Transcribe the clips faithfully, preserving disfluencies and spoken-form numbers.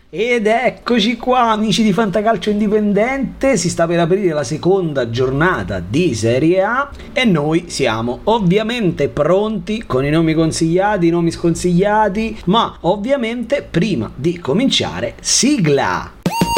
Ed eccoci qua, amici di Fantacalcio Indipendente, si sta per aprire la seconda giornata di Serie A e noi siamo ovviamente pronti con i nomi consigliati, i nomi sconsigliati, ma ovviamente prima di cominciare, sigla!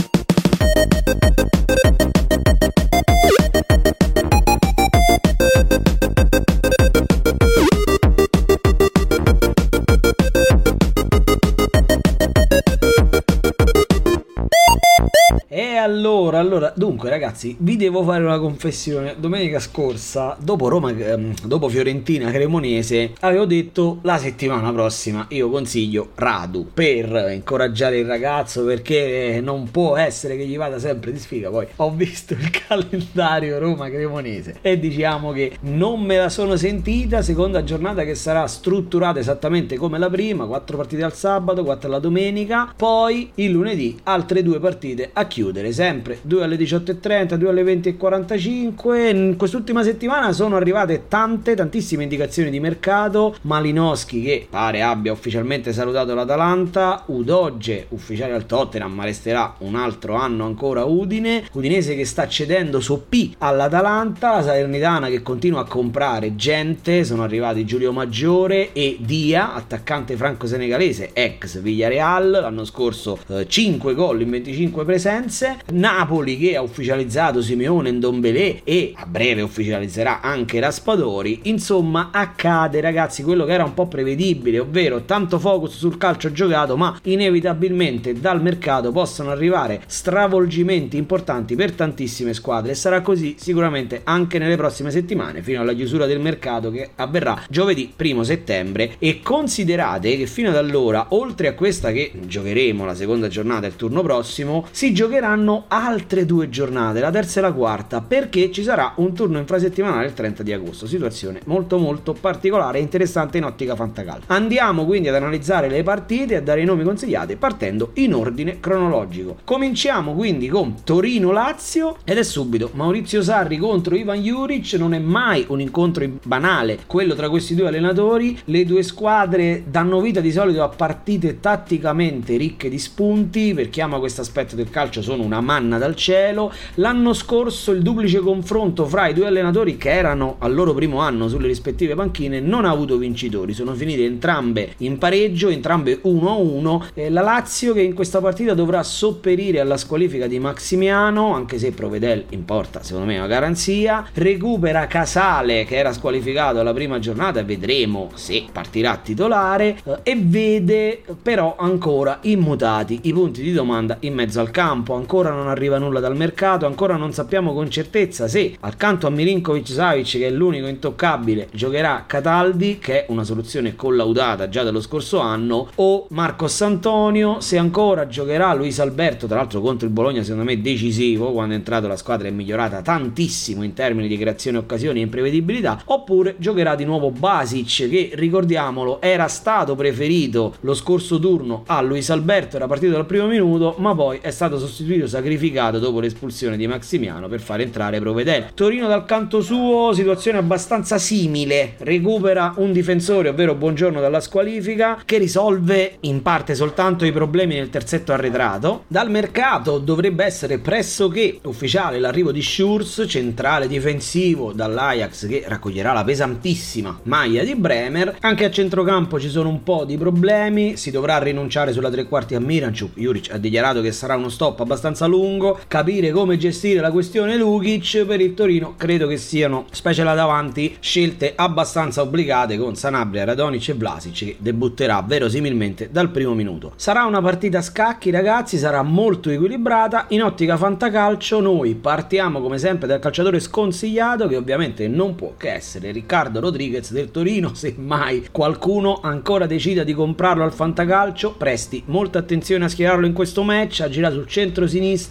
E allora, allora, dunque ragazzi, vi devo fare una confessione. Domenica scorsa, dopo Roma, ehm, dopo Fiorentina Cremonese, avevo detto la settimana prossima io consiglio Radu per incoraggiare il ragazzo, perché non può essere che gli vada sempre di sfiga. Poi ho visto il calendario Roma Cremonese e diciamo che non me la sono sentita. Seconda giornata che sarà strutturata esattamente come la prima, quattro partite al sabato, quattro alla domenica, poi il lunedì altre due partite a chiudere, sempre due alle diciotto e trenta, due alle venti e quarantacinque. In quest'ultima settimana sono arrivate tante, tantissime indicazioni di mercato. Malinowski che pare abbia ufficialmente salutato l'Atalanta, Udogie ufficiale al Tottenham ma resterà un altro anno ancora a Udine, Udinese che sta cedendo Soppi all'Atalanta, la Salernitana che continua a comprare gente, sono arrivati Giulio Maggiore e Dia, attaccante franco-senegalese ex Villarreal, l'anno scorso eh, cinque gol in venticinque presenze. Napoli che ha ufficializzato Simeone e Ndombele e a breve ufficializzerà anche Raspadori. Insomma, accade ragazzi quello che era un po' prevedibile, ovvero tanto focus sul calcio giocato, ma inevitabilmente dal mercato possono arrivare stravolgimenti importanti per tantissime squadre e sarà così sicuramente anche nelle prossime settimane fino alla chiusura del mercato che avverrà giovedì primo settembre. E considerate che fino ad allora, oltre a questa che giocheremo la seconda giornata il turno prossimo, si giocheranno altre due giornate, la terza e la quarta, perché ci sarà un turno infrasettimanale il trenta di agosto, situazione molto molto particolare e interessante in ottica fantacalcio. Andiamo quindi ad analizzare le partite e a dare i nomi consigliati partendo in ordine cronologico. Cominciamo quindi con Torino-Lazio ed è subito Maurizio Sarri contro Ivan Juric. Non è mai un incontro banale quello tra questi due allenatori, le due squadre danno vita di solito a partite tatticamente ricche di spunti, per chi ama questo aspetto del calcio sono una manna dal cielo. L'anno scorso il duplice confronto fra i due allenatori che erano al loro primo anno sulle rispettive panchine non ha avuto vincitori, sono finite entrambe in pareggio, entrambe uno a uno. E la Lazio che in questa partita dovrà sopperire alla squalifica di Maximiano, anche se Provedel importa secondo me una garanzia, recupera Casale che era squalificato alla prima giornata, vedremo se partirà titolare, eh, e vede però ancora immutati i punti di domanda in mezzo al campo. Ancora non arriva nulla dal mercato, ancora non sappiamo con certezza se accanto a Milinkovic-Savic, che è l'unico intoccabile, giocherà Cataldi, che è una soluzione collaudata già dallo scorso anno, o Marcos Antonio, se ancora giocherà Luis Alberto, tra l'altro contro il Bologna secondo me decisivo, quando è entrato la squadra è migliorata tantissimo in termini di creazione occasioni e imprevedibilità, oppure giocherà di nuovo Basic, che ricordiamolo era stato preferito lo scorso turno a Luis Alberto, era partito dal primo minuto ma poi è stato sostituito, sacrificato dopo l'espulsione di Maximiano per far entrare Provedel. Torino dal canto suo, situazione abbastanza simile, recupera un difensore ovvero Buongiorno dalla squalifica, che risolve in parte soltanto i problemi nel terzetto arretrato. Dal mercato dovrebbe essere pressoché ufficiale l'arrivo di Schurz, centrale difensivo dall'Ajax, che raccoglierà la pesantissima maglia di Bremer. Anche a centrocampo ci sono un po' di problemi, si dovrà rinunciare sulla tre quarti a Miranchuk, Juric ha dichiarato che sarà uno stop abbastanza lungo, capire come gestire la questione Lukic. Per il Torino credo che siano, specie là davanti, scelte abbastanza obbligate con Sanabria, Radonic e Vlasic, che debutterà verosimilmente dal primo minuto. Sarà una partita a scacchi ragazzi, sarà molto equilibrata. In ottica fantacalcio noi partiamo come sempre dal calciatore sconsigliato, che ovviamente non può che essere Riccardo Rodriguez del Torino. Se mai qualcuno ancora decida di comprarlo al fantacalcio, presti molta attenzione a schierarlo in questo match. Agirà sul centro-sinistra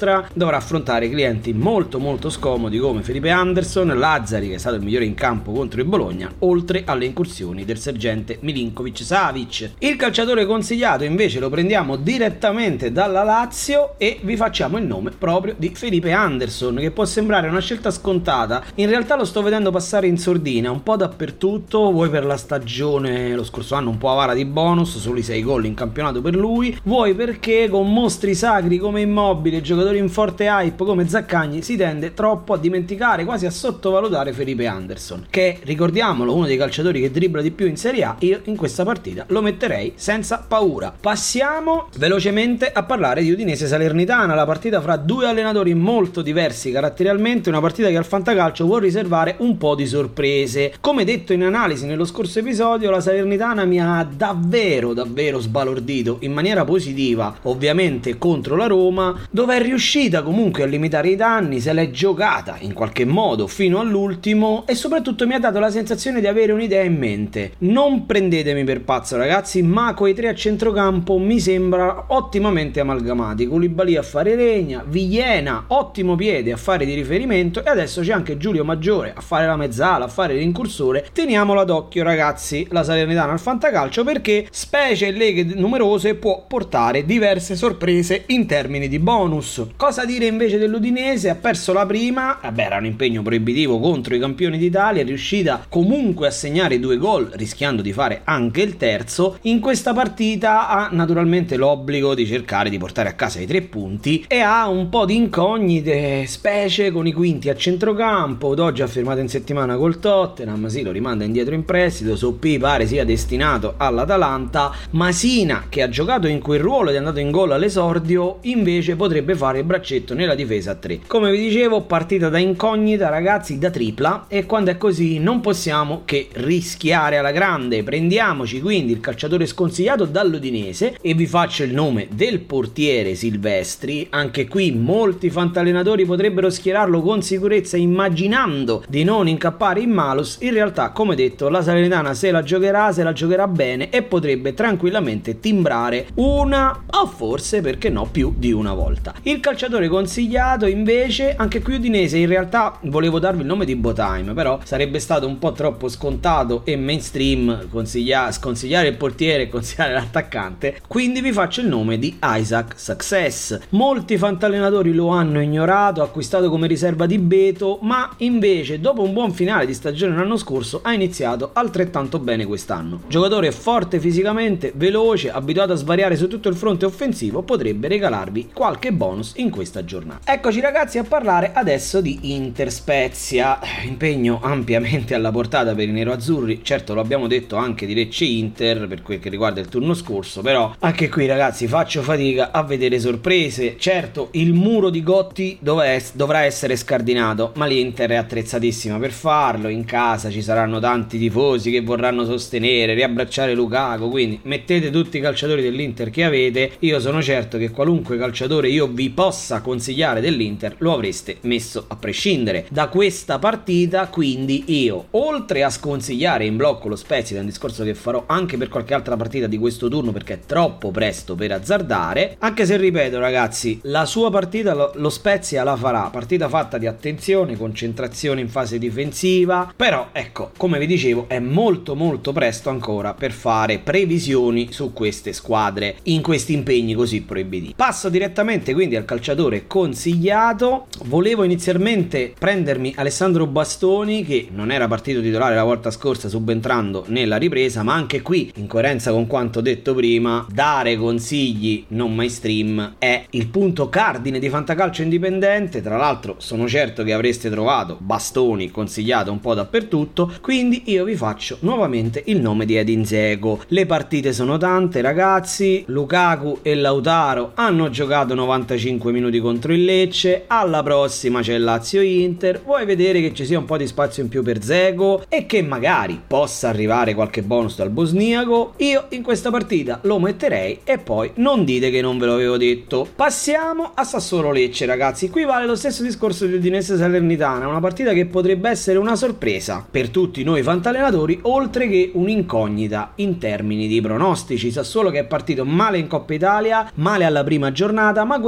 mostra, dovrà affrontare clienti molto molto scomodi come Felipe Anderson, Lazzari che è stato il migliore in campo contro il Bologna, oltre alle incursioni del sergente Milinkovic Savic. Il calciatore consigliato invece lo prendiamo direttamente dalla Lazio e vi facciamo il nome proprio di Felipe Anderson, che può sembrare una scelta scontata, in realtà lo sto vedendo passare in sordina un po' dappertutto, vuoi per la stagione lo scorso anno un po' avara di bonus, soli sei gol in campionato per lui, vuoi perché con mostri sacri come Immobile e giocatori in forte hype come Zaccagni si tende troppo a dimenticare, quasi a sottovalutare Felipe Anderson, che ricordiamolo uno dei calciatori che dribbla di più in Serie A. Io in questa partita lo metterei senza paura. Passiamo velocemente a parlare di Udinese Salernitana, la partita fra due allenatori molto diversi caratterialmente, una partita che al fantacalcio vuol riservare un po' di sorprese. Come detto in analisi nello scorso episodio, la Salernitana mi ha davvero davvero sbalordito in maniera positiva, ovviamente contro la Roma, dove è riuscita comunque a limitare i danni, se l'è giocata in qualche modo fino all'ultimo e soprattutto mi ha dato la sensazione di avere un'idea in mente. Non prendetemi per pazzo ragazzi, ma quei tre a centrocampo mi sembra ottimamente amalgamati. Koulibaly a fare legna, Villena ottimo piede a fare di riferimento e adesso c'è anche Giulio Maggiore a fare la mezzala, a fare l'incursore. Teniamola d'occhio ragazzi la Salernitana al fantacalcio, perché specie in leghe numerose può portare diverse sorprese in termini di bonus. Cosa dire invece dell'Udinese? Ha perso la prima, vabbè era un impegno proibitivo contro i campioni d'Italia, è riuscita comunque a segnare due gol rischiando di fare anche il terzo. In questa partita ha naturalmente l'obbligo di cercare di portare a casa i tre punti e ha un po' di incognite, specie con i quinti a centrocampo. Doggi ha firmato in settimana col Tottenham, sì lo rimanda indietro in prestito, Soppi pare sia destinato all'Atalanta, Masina che ha giocato in quel ruolo ed è andato in gol all'esordio invece potrebbe fare il braccetto nella difesa a tre. Come vi dicevo, partita da incognita ragazzi, da tripla, e quando è così non possiamo che rischiare alla grande. Prendiamoci quindi il calciatore sconsigliato dall'Udinese e vi faccio il nome del portiere Silvestri. Anche qui molti fantallenatori potrebbero schierarlo con sicurezza immaginando di non incappare in malus. In realtà come detto la Salernitana se la giocherà, se la giocherà bene e potrebbe tranquillamente timbrare una o forse perché no più di una volta. Il calciatore consigliato invece, anche qui Udinese, in realtà volevo darvi il nome di Botheim, però sarebbe stato un po' troppo scontato e mainstream consiglia- sconsigliare il portiere e consigliare l'attaccante, quindi vi faccio il nome di Isaac Success. Molti fantallenatori lo hanno ignorato, acquistato come riserva di Beto, ma invece dopo un buon finale di stagione l'anno scorso ha iniziato altrettanto bene quest'anno. Giocatore forte fisicamente, veloce, abituato a svariare su tutto il fronte offensivo, potrebbe regalarvi qualche bonus in questa giornata. Eccoci ragazzi a parlare adesso di Inter Spezia, impegno ampiamente alla portata per i neroazzurri, certo lo abbiamo detto anche di Lecce Inter per quel che riguarda il turno scorso, però anche qui ragazzi faccio fatica a vedere sorprese. Certo il muro di Gotti dovrà essere scardinato, ma l'Inter è attrezzatissima per farlo, in casa ci saranno tanti tifosi che vorranno sostenere, riabbracciare Lukaku, quindi mettete tutti i calciatori dell'Inter che avete, io sono certo che qualunque calciatore io vi possa consigliare dell'Inter lo avreste messo a prescindere da questa partita. Quindi io, oltre a sconsigliare in blocco lo Spezia, è un discorso che farò anche per qualche altra partita di questo turno perché è troppo presto per azzardare, anche se ripeto ragazzi la sua partita lo, lo Spezia la farà, partita fatta di attenzione, concentrazione in fase difensiva, però ecco come vi dicevo è molto molto presto ancora per fare previsioni su queste squadre in questi impegni così proibitivi. Passo direttamente quindi al calciatore consigliato. Volevo inizialmente prendermi Alessandro Bastoni, che non era partito titolare la volta scorsa subentrando nella ripresa, ma anche qui in coerenza con quanto detto prima, dare consigli non mainstream è il punto cardine di Fantacalcio Indipendente. Tra l'altro sono certo che avreste trovato Bastoni consigliato un po' dappertutto, quindi io vi faccio nuovamente il nome di Edin Dzeko. Le partite sono tante ragazzi, Lukaku e Lautaro hanno giocato novantacinque minuti contro il Lecce, alla prossima c'è Lazio-Inter, vuoi vedere che ci sia un po' di spazio in più per Dzeko e che magari possa arrivare qualche bonus dal bosniaco, io in questa partita lo metterei e poi non dite che non ve lo avevo detto. Passiamo a Sassuolo-Lecce ragazzi, qui vale lo stesso discorso di Udinese Salernitana, una partita che potrebbe essere una sorpresa per tutti noi fantallenatori oltre che un'incognita in termini di pronostici. Sassuolo che è partito male in Coppa Italia, male alla prima giornata, ma questo non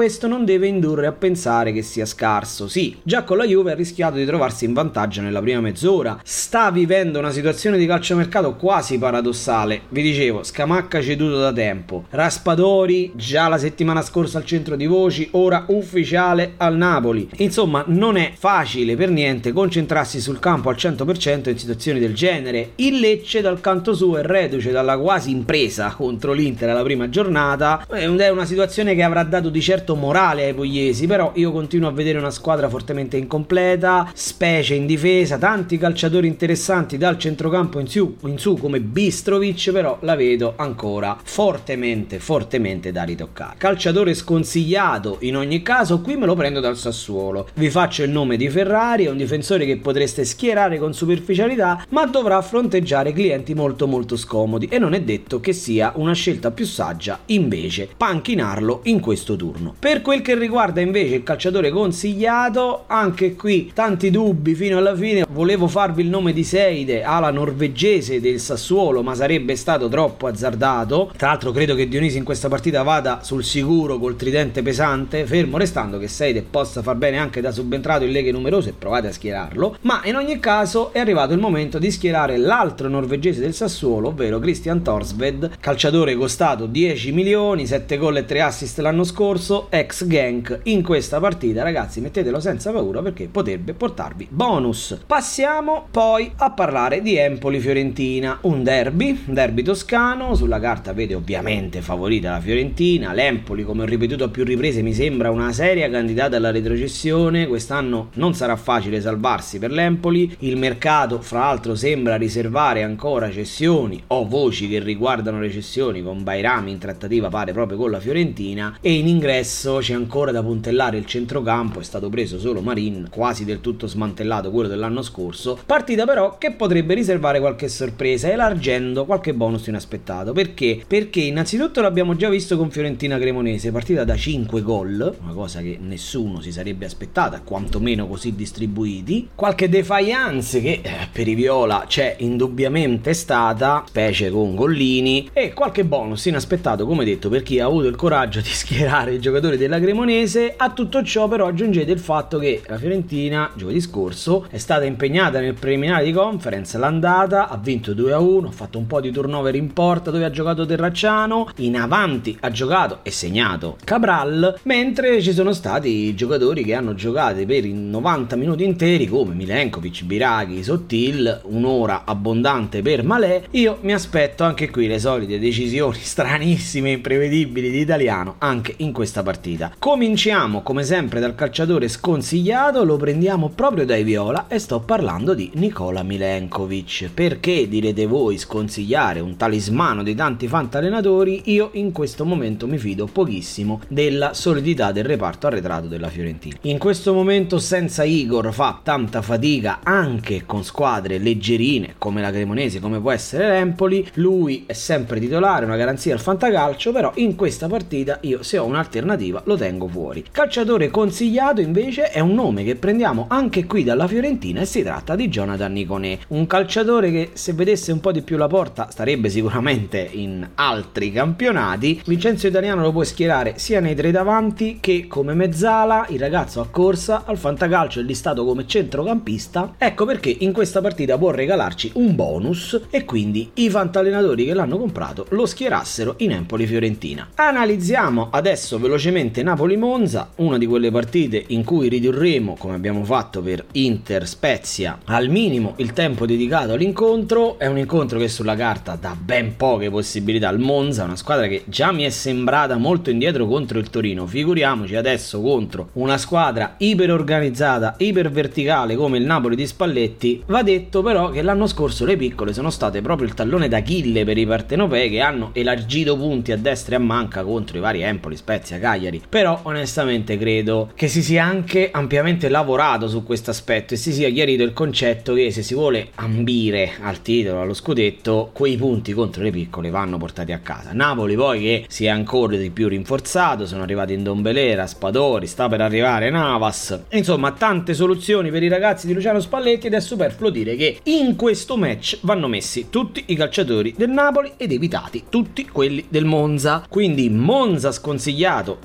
non deve indurre a pensare che sia scarso. Sì, già con la Juve ha rischiato di trovarsi in vantaggio nella prima mezz'ora, sta vivendo una situazione di calciomercato quasi paradossale. Vi dicevo, Scamacca ceduto da tempo, Raspadori già la settimana scorsa al centro di voci, ora ufficiale al Napoli. Insomma, non è facile per niente concentrarsi sul campo al cento per cento in situazioni del genere. Il Lecce dal canto suo è reduce dalla quasi impresa contro l'Inter alla prima giornata, è una situazione che avrà dato di certo morale ai pugliesi, però io continuo a vedere una squadra fortemente incompleta, specie in difesa, tanti calciatori interessanti dal centrocampo in su, in su come Bistrovic, però la vedo ancora fortemente fortemente da ritoccare. Calciatore sconsigliato in ogni caso, qui me lo prendo dal Sassuolo. Vi faccio il nome di Ferrari, è un difensore che potreste schierare con superficialità, ma dovrà fronteggiare clienti molto molto scomodi e non è detto che sia una scelta più saggia invece panchinarlo in questo turno. Per quel che riguarda invece il calciatore consigliato, anche qui tanti dubbi fino alla fine. Volevo farvi il nome di Seide, ala norvegese del Sassuolo, ma sarebbe stato troppo azzardato. Tra l'altro credo che Dionisi in questa partita vada sul sicuro col tridente pesante, fermo restando che Seide possa far bene anche da subentrato in leghe numerose, provate a schierarlo. Ma in ogni caso è arrivato il momento di schierare l'altro norvegese del Sassuolo, ovvero Christian Thorsved, calciatore costato dieci milioni, sette gol e tre assist l'anno scorso, ex Genk. In questa partita, ragazzi, mettetelo senza paura perché potrebbe portarvi bonus. Passiamo poi a parlare di Empoli-Fiorentina, un derby, un derby toscano. Sulla carta vede ovviamente favorita la Fiorentina. L'Empoli, come ho ripetuto a più riprese, mi sembra una seria candidata alla retrocessione. Quest'anno non sarà facile salvarsi per l'Empoli. Il mercato, fra l'altro, sembra riservare ancora cessioni o voci che riguardano le cessioni, con Bairami in trattativa pare proprio con la Fiorentina, e in ingresso c'è ancora da puntellare il centrocampo. È stato preso solo Marin, quasi del tutto smantellato quello dell'anno scorso. Partita però che potrebbe riservare qualche sorpresa, elargendo qualche bonus inaspettato. Perché? Perché innanzitutto l'abbiamo già visto con Fiorentina Cremonese, partita da cinque gol, una cosa che nessuno si sarebbe aspettata, quantomeno così distribuiti. Qualche defiance che eh, per i viola c'è indubbiamente stata, specie con Gollini, e qualche bonus inaspettato, come detto, per chi ha avuto il coraggio di schierare i giocatori della Cremonese. A tutto ciò però aggiungete il fatto che la Fiorentina giovedì scorso è stata impegnata nel preliminare di conference, l'andata ha vinto due a uno, ha fatto un po' di turnover in porta dove ha giocato Terracciano, in avanti ha giocato e segnato Cabral, mentre ci sono stati giocatori che hanno giocato per i novanta minuti interi come Milenkovic, Biraghi, Sottil, un'ora abbondante per Malè. Io mi aspetto anche qui le solite decisioni stranissime e imprevedibili di Italiano anche in questa partita. Cominciamo come sempre dal calciatore sconsigliato, lo prendiamo proprio dai viola e sto parlando di Nikola Milenkovic. Perché, direte voi, sconsigliare un talismano di tanti fantallenatori? Io in questo momento mi fido pochissimo della solidità del reparto arretrato della Fiorentina. In questo momento senza Igor fa tanta fatica anche con squadre leggerine come la Cremonese, come può essere l'Empoli. Lui è sempre titolare, una garanzia al fantacalcio, però in questa partita io, se ho un'alternativa, lo tengo fuori. Calciatore consigliato invece è un nome che prendiamo anche qui dalla Fiorentina e si tratta di Jonathan Niconé, un calciatore che, se vedesse un po' di più la porta, starebbe sicuramente in altri campionati. Vincenzo Italiano lo può schierare sia nei tre davanti che come mezzala. Il ragazzo a corsa, al fantacalcio è listato come centrocampista, ecco perché in questa partita può regalarci un bonus e quindi i fantallenatori che l'hanno comprato lo schierassero in Empoli-Fiorentina. Analizziamo adesso velocemente Napoli-Monza, una di quelle partite in cui ridurremo, come abbiamo fatto per Inter-Spezia, al minimo il tempo dedicato all'incontro. È un incontro che sulla carta dà ben poche possibilità al Monza, una squadra che già mi è sembrata molto indietro contro il Torino, figuriamoci adesso contro una squadra iperorganizzata, iperverticale come il Napoli di Spalletti. Va detto però che l'anno scorso le piccole sono state proprio il tallone d'Achille per i partenopei, che hanno elargito punti a destra e a manca contro i vari Empoli, Spezia, Cagliari. Però onestamente credo che si sia anche ampiamente lavorato su questo aspetto e si sia chiarito il concetto che se si vuole ambire al titolo, allo scudetto, quei punti contro le piccole vanno portati a casa. Napoli poi che si è ancora di più rinforzato, sono arrivati in Ndombele, Raspadori, sta per arrivare Navas, insomma tante soluzioni per i ragazzi di Luciano Spalletti, ed è superfluo dire che in questo match vanno messi tutti i calciatori del Napoli ed evitati tutti quelli del Monza. Quindi Monza sconsigliato in blocco.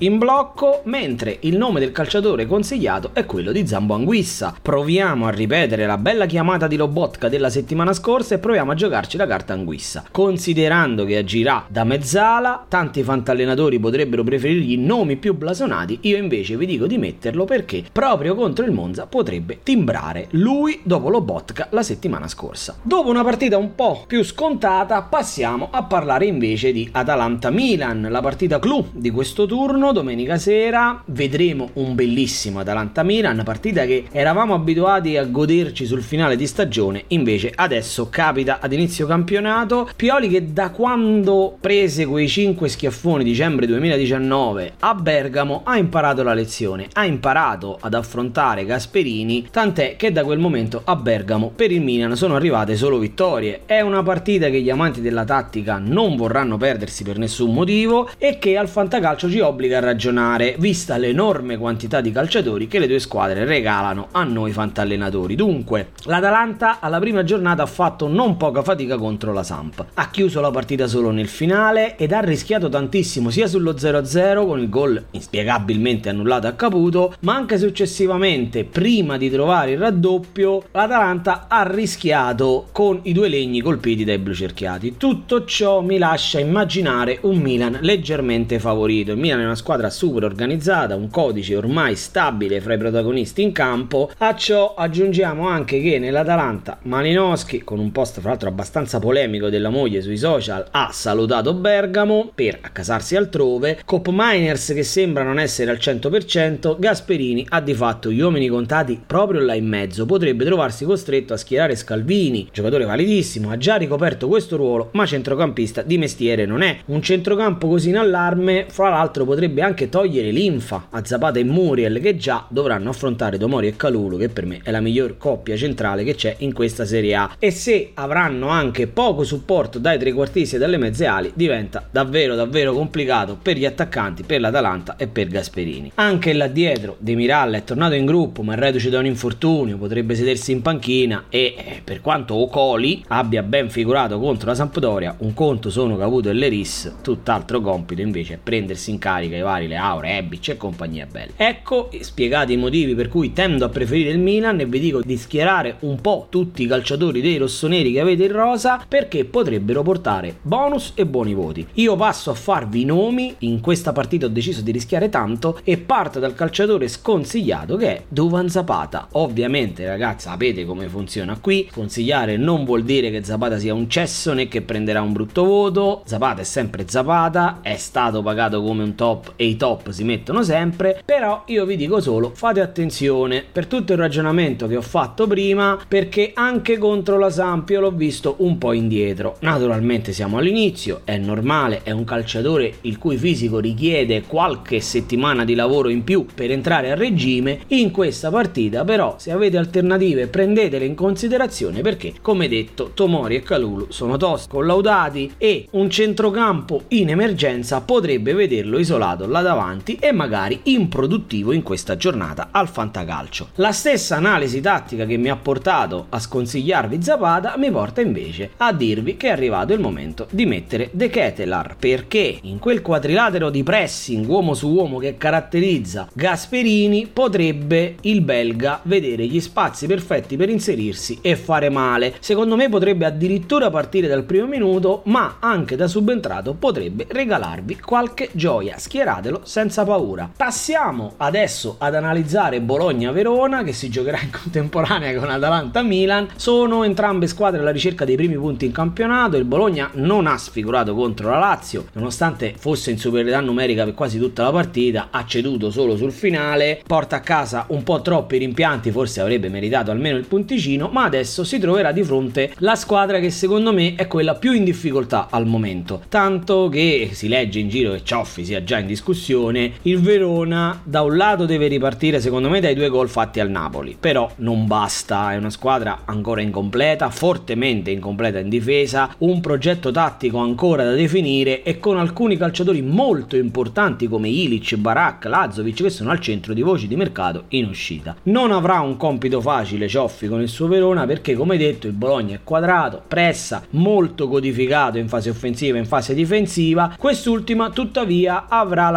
Rocco, mentre il nome del calciatore consigliato è quello di Zambo Anguissa. Proviamo a ripetere la bella chiamata di Lobotka della settimana scorsa e proviamo a giocarci la carta Anguissa. Considerando che agirà da mezzala, tanti fantallenatori potrebbero preferirgli nomi più blasonati, io invece vi dico di metterlo perché proprio contro il Monza potrebbe timbrare lui dopo Lobotka la settimana scorsa. Dopo una partita un po' più scontata passiamo a parlare invece di Atalanta-Milan, la partita clou di questo turno. Domenica sera vedremo un bellissimo Atalanta-Milan, partita che eravamo abituati a goderci sul finale di stagione, invece adesso capita ad inizio campionato. Pioli che da quando prese quei cinque schiaffoni dicembre duemiladiciannove a Bergamo ha imparato la lezione, ha imparato ad affrontare Gasperini, tant'è che da quel momento a Bergamo per il Milan sono arrivate solo vittorie. È una partita che gli amanti della tattica non vorranno perdersi per nessun motivo e che al fantacalcio ci obbliga a ragionare, vista l'enorme quantità di calciatori che le due squadre regalano a noi fantallenatori. Dunque, l'Atalanta alla prima giornata ha fatto non poca fatica contro la Samp, ha chiuso la partita solo nel finale ed ha rischiato tantissimo sia sullo zero a zero con il gol inspiegabilmente annullato a Caputo, ma anche successivamente, prima di trovare il raddoppio, l'Atalanta ha rischiato con i due legni colpiti dai blucerchiati. Tutto ciò mi lascia immaginare un Milan leggermente favorito. Il Milan è una squadra super organizzata, un codice ormai stabile fra i protagonisti in campo. A ciò aggiungiamo anche che nell'Atalanta Malinowski, con un post fra l'altro abbastanza polemico della moglie sui social, ha salutato Bergamo per accasarsi altrove. Cop Miners che sembra non essere al cento per cento, Gasperini ha di fatto gli uomini contati proprio là in mezzo, potrebbe trovarsi costretto a schierare Scalvini, giocatore validissimo, ha già ricoperto questo ruolo ma centrocampista di mestiere non è. Un centrocampo così in allarme fra l'altro potrebbe anche togliere linfa a Zapata e Muriel, che già dovranno affrontare Tomori e Kalulu, che per me è la miglior coppia centrale che c'è in questa Serie A, e se avranno anche poco supporto dai trequartisti e dalle mezze ali diventa davvero davvero complicato per gli attaccanti, per l'Atalanta e per Gasperini. Anche là dietro Demiral è tornato in gruppo ma reduce da un infortunio, potrebbe sedersi in panchina e eh, per quanto Ocoli abbia ben figurato contro la Sampdoria, un conto sono Caputo e Leris, tutt'altro compito invece è prendersi in carica i vari Leao, Rebic e compagnia bella. Ecco spiegati i motivi per cui tendo a preferire il Milan e vi dico di schierare un po' tutti i calciatori dei rossoneri che avete in rosa perché potrebbero portare bonus e buoni voti. Io passo a farvi i nomi, in questa partita ho deciso di rischiare tanto e parto dal calciatore sconsigliato che è Duvan Zapata. Ovviamente ragazzi sapete come funziona qui, consigliare non vuol dire che Zapata sia un cesso né che prenderà un brutto voto. Zapata è sempre Zapata, è stato pagato come un top e i top si mettono sempre, però io vi dico solo fate attenzione per tutto il ragionamento che ho fatto prima, perché anche contro la Samp io l'ho visto un po' indietro. Naturalmente siamo all'inizio, è normale, è un calciatore il cui fisico richiede qualche settimana di lavoro in più per entrare a regime. In questa partita però se avete alternative prendetele in considerazione perché come detto Tomori e Kalulu sono tosti, collaudati e un centrocampo in emergenza potrebbe vederlo isolato là davanti e magari improduttivo in questa giornata al fantacalcio. La stessa analisi tattica che mi ha portato a sconsigliarvi Zapata mi porta invece a dirvi che è arrivato il momento di mettere De Ketelaere, perché in quel quadrilatero di pressing uomo su uomo che caratterizza Gasperini potrebbe il belga vedere gli spazi perfetti per inserirsi e fare male. Secondo me potrebbe addirittura partire dal primo minuto, ma anche da subentrato potrebbe regalarvi qualche gioia. Schieratelo senza paura. Passiamo adesso ad analizzare Bologna-Verona, che si giocherà in contemporanea con Atalanta-Milan. Sono entrambe squadre alla ricerca dei primi punti in campionato. Il Bologna non ha sfigurato contro la Lazio, nonostante fosse in superiorità numerica per quasi tutta la partita, ha ceduto solo sul finale, porta a casa un po' troppi rimpianti, forse avrebbe meritato almeno il punticino, ma adesso si troverà di fronte la squadra che secondo me è quella più in difficoltà al momento, tanto che si legge in giro che Cioffi sia già in discussione. Il Verona da un lato deve ripartire secondo me dai due gol fatti al Napoli, però non basta, è una squadra ancora incompleta, fortemente incompleta in difesa, un progetto tattico ancora da definire e con alcuni calciatori molto importanti come Ilic, Barak, Lazovic che sono al centro di voci di mercato in uscita. Non avrà un compito facile Cioffi con il suo Verona perché come detto il Bologna è quadrato, pressa, molto codificato in fase offensiva e in fase difensiva. Quest'ultima tuttavia avrà la necessità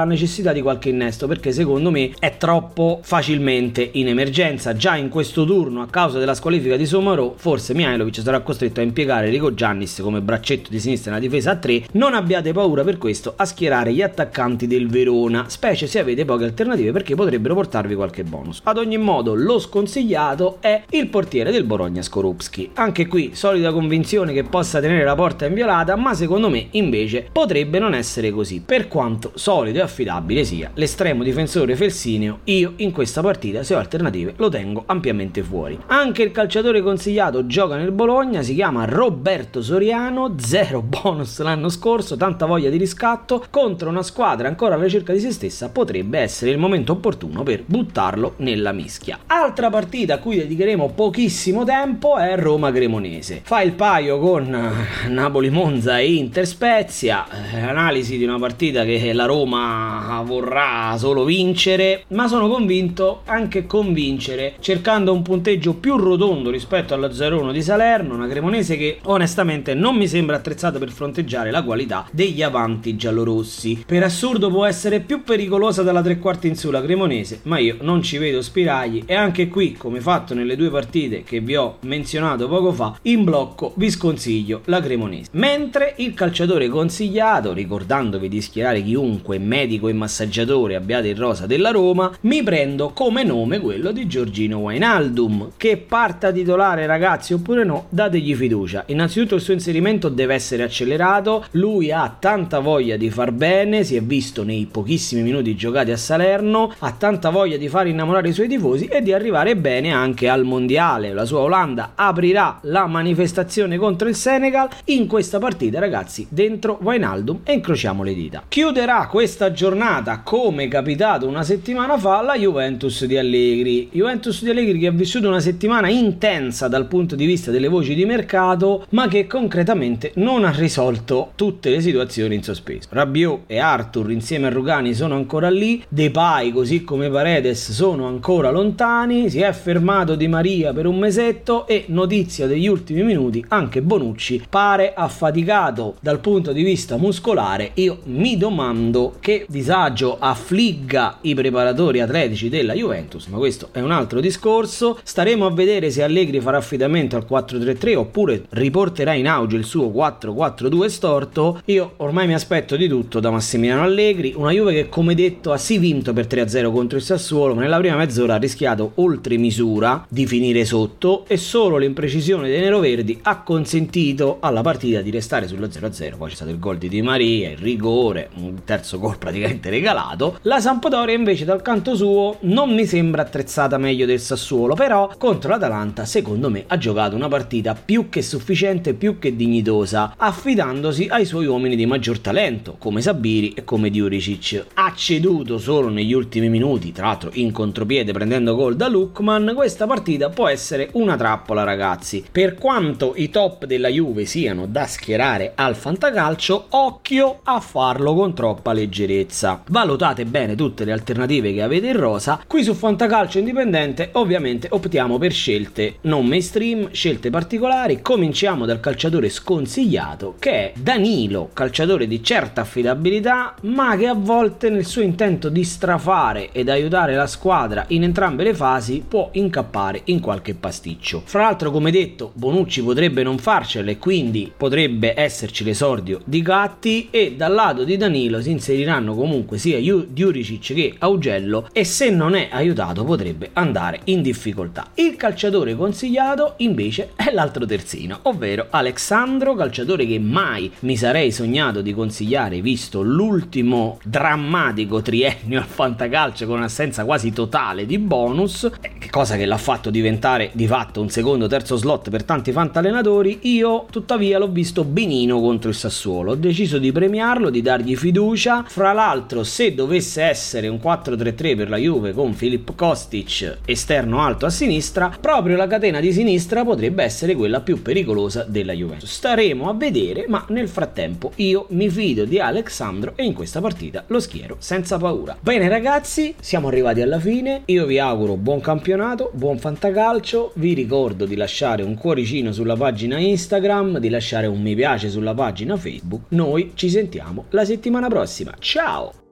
necessità di qualche innesto, perché secondo me è troppo facilmente in emergenza. Già in questo turno, a causa della squalifica di Somarò, forse Mihajlovic sarà costretto a impiegare Rico Giannis come braccetto di sinistra nella difesa a tre. Non abbiate paura per questo a schierare gli attaccanti del Verona, specie se avete poche alternative, perché potrebbero portarvi qualche bonus. Ad ogni modo, lo sconsigliato è il portiere del Bologna, Skorupski. Anche qui solida convinzione che possa tenere la porta inviolata, ma secondo me invece potrebbe non essere così. Per quanto solido e affidabile sia l'estremo difensore Felsineo, io in questa partita, se ho alternative, lo tengo ampiamente fuori. Anche il calciatore consigliato gioca nel Bologna, si chiama Roberto Soriano, zero bonus l'anno scorso, tanta voglia di riscatto. Contro una squadra ancora alla ricerca di se stessa potrebbe essere il momento opportuno per buttarlo nella mischia. Altra partita a cui dedicheremo pochissimo tempo è Roma-Cremonese. Fa il paio con Napoli-Monza e Inter-Spezia, eh, analisi di una partita che la Roma vorrà solo vincere, ma sono convinto anche convincere, cercando un punteggio più rotondo rispetto allo zero uno di Salerno, una Cremonese che onestamente non mi sembra attrezzata per fronteggiare la qualità degli avanti giallorossi. Per assurdo può essere più pericolosa dalla tre quarti in su la Cremonese, ma io non ci vedo spiragli e anche qui, come fatto nelle due partite che vi ho menzionato poco fa, in blocco vi sconsiglio la Cremonese. Mentre il calciatore consigliato, ricordandovi di schierare chiunque medico e massaggiatore abbiate in rosa della Roma, mi prendo come nome quello di Giorgino Wijnaldum. Che parta titolare, ragazzi, oppure no, dategli fiducia. Innanzitutto il suo inserimento deve essere accelerato, lui ha tanta voglia di far bene, si è visto nei pochissimi minuti giocati a Salerno, ha tanta voglia di far innamorare i suoi tifosi e di arrivare bene anche al mondiale. La sua Olanda aprirà la manifestazione contro il Senegal in questa partita, ragazzi, dentro Wijnaldum e incrociamo le dita. Chiuderà questa giornata, come capitato una settimana fa, la Juventus di Allegri. Juventus di Allegri che ha vissuto una settimana intensa dal punto di vista delle voci di mercato, ma che concretamente non ha risolto tutte le situazioni in sospeso. Rabiot e Arthur insieme a Rugani sono ancora lì, Depay così come Paredes sono ancora lontani, si è fermato Di Maria per un mesetto e, notizia degli ultimi minuti, anche Bonucci pare affaticato dal punto di vista muscolare. Io mi domando che disagio affligga i preparatori atletici della Juventus, ma questo è un altro discorso. Staremo a vedere se Allegri farà affidamento al quattro tre tre oppure riporterà in auge il suo quattro quattro due storto. Io ormai mi aspetto di tutto da Massimiliano Allegri, una Juve che, come detto, ha sì vinto per tre a zero contro il Sassuolo, ma nella prima mezz'ora ha rischiato oltre misura di finire sotto e solo l'imprecisione dei neroverdi ha consentito alla partita di restare sullo zero a zero. Poi c'è stato il gol di Di Maria, il rigore, un terzo gol praticamente regalato. La Sampdoria invece dal canto suo non mi sembra attrezzata meglio del Sassuolo, però contro l'Atalanta secondo me ha giocato una partita più che sufficiente, più che dignitosa, affidandosi ai suoi uomini di maggior talento come Sabiri e come Djuricic. Ha ceduto solo negli ultimi minuti, tra l'altro in contropiede prendendo gol da Lookman. Questa partita può essere una trappola, ragazzi. Per quanto i top della Juve siano da schierare al fantacalcio, occhio a farlo con troppa leggerezza. Valutate bene tutte le alternative che avete in rosa. Qui su Fantacalcio Indipendente ovviamente optiamo per scelte non mainstream, scelte particolari. Cominciamo dal calciatore sconsigliato, che è Danilo, calciatore di certa affidabilità ma che a volte nel suo intento di strafare ed aiutare la squadra in entrambe le fasi può incappare in qualche pasticcio. Fra l'altro, come detto, Bonucci potrebbe non farcela e quindi potrebbe esserci l'esordio di Gatti, e dal lato di Danilo si inseriranno comunque sia Djuricic che Augello e se non è aiutato potrebbe andare in difficoltà. Il calciatore consigliato invece è l'altro terzino, ovvero Alexandro, calciatore che mai mi sarei sognato di consigliare visto l'ultimo drammatico triennio al fantacalcio con assenza quasi totale di bonus, cosa che l'ha fatto diventare di fatto un secondo terzo slot per tanti fantallenatori. Io tuttavia l'ho visto benino contro il Sassuolo, ho deciso di premiarlo, di dargli fiducia. Fra l'altro, se dovesse essere un quattro tre tre per la Juve con Filip Kostic esterno alto a sinistra, proprio la catena di sinistra potrebbe essere quella più pericolosa della Juventus. Staremo a vedere, ma nel frattempo io mi fido di Alexandro e in questa partita lo schiero senza paura. Bene ragazzi, siamo arrivati alla fine. Io vi auguro buon campionato, buon fantacalcio. Vi ricordo di lasciare un cuoricino sulla pagina Instagram, di lasciare un mi piace sulla pagina Facebook. Noi ci sentiamo la settimana prossima. Ciao!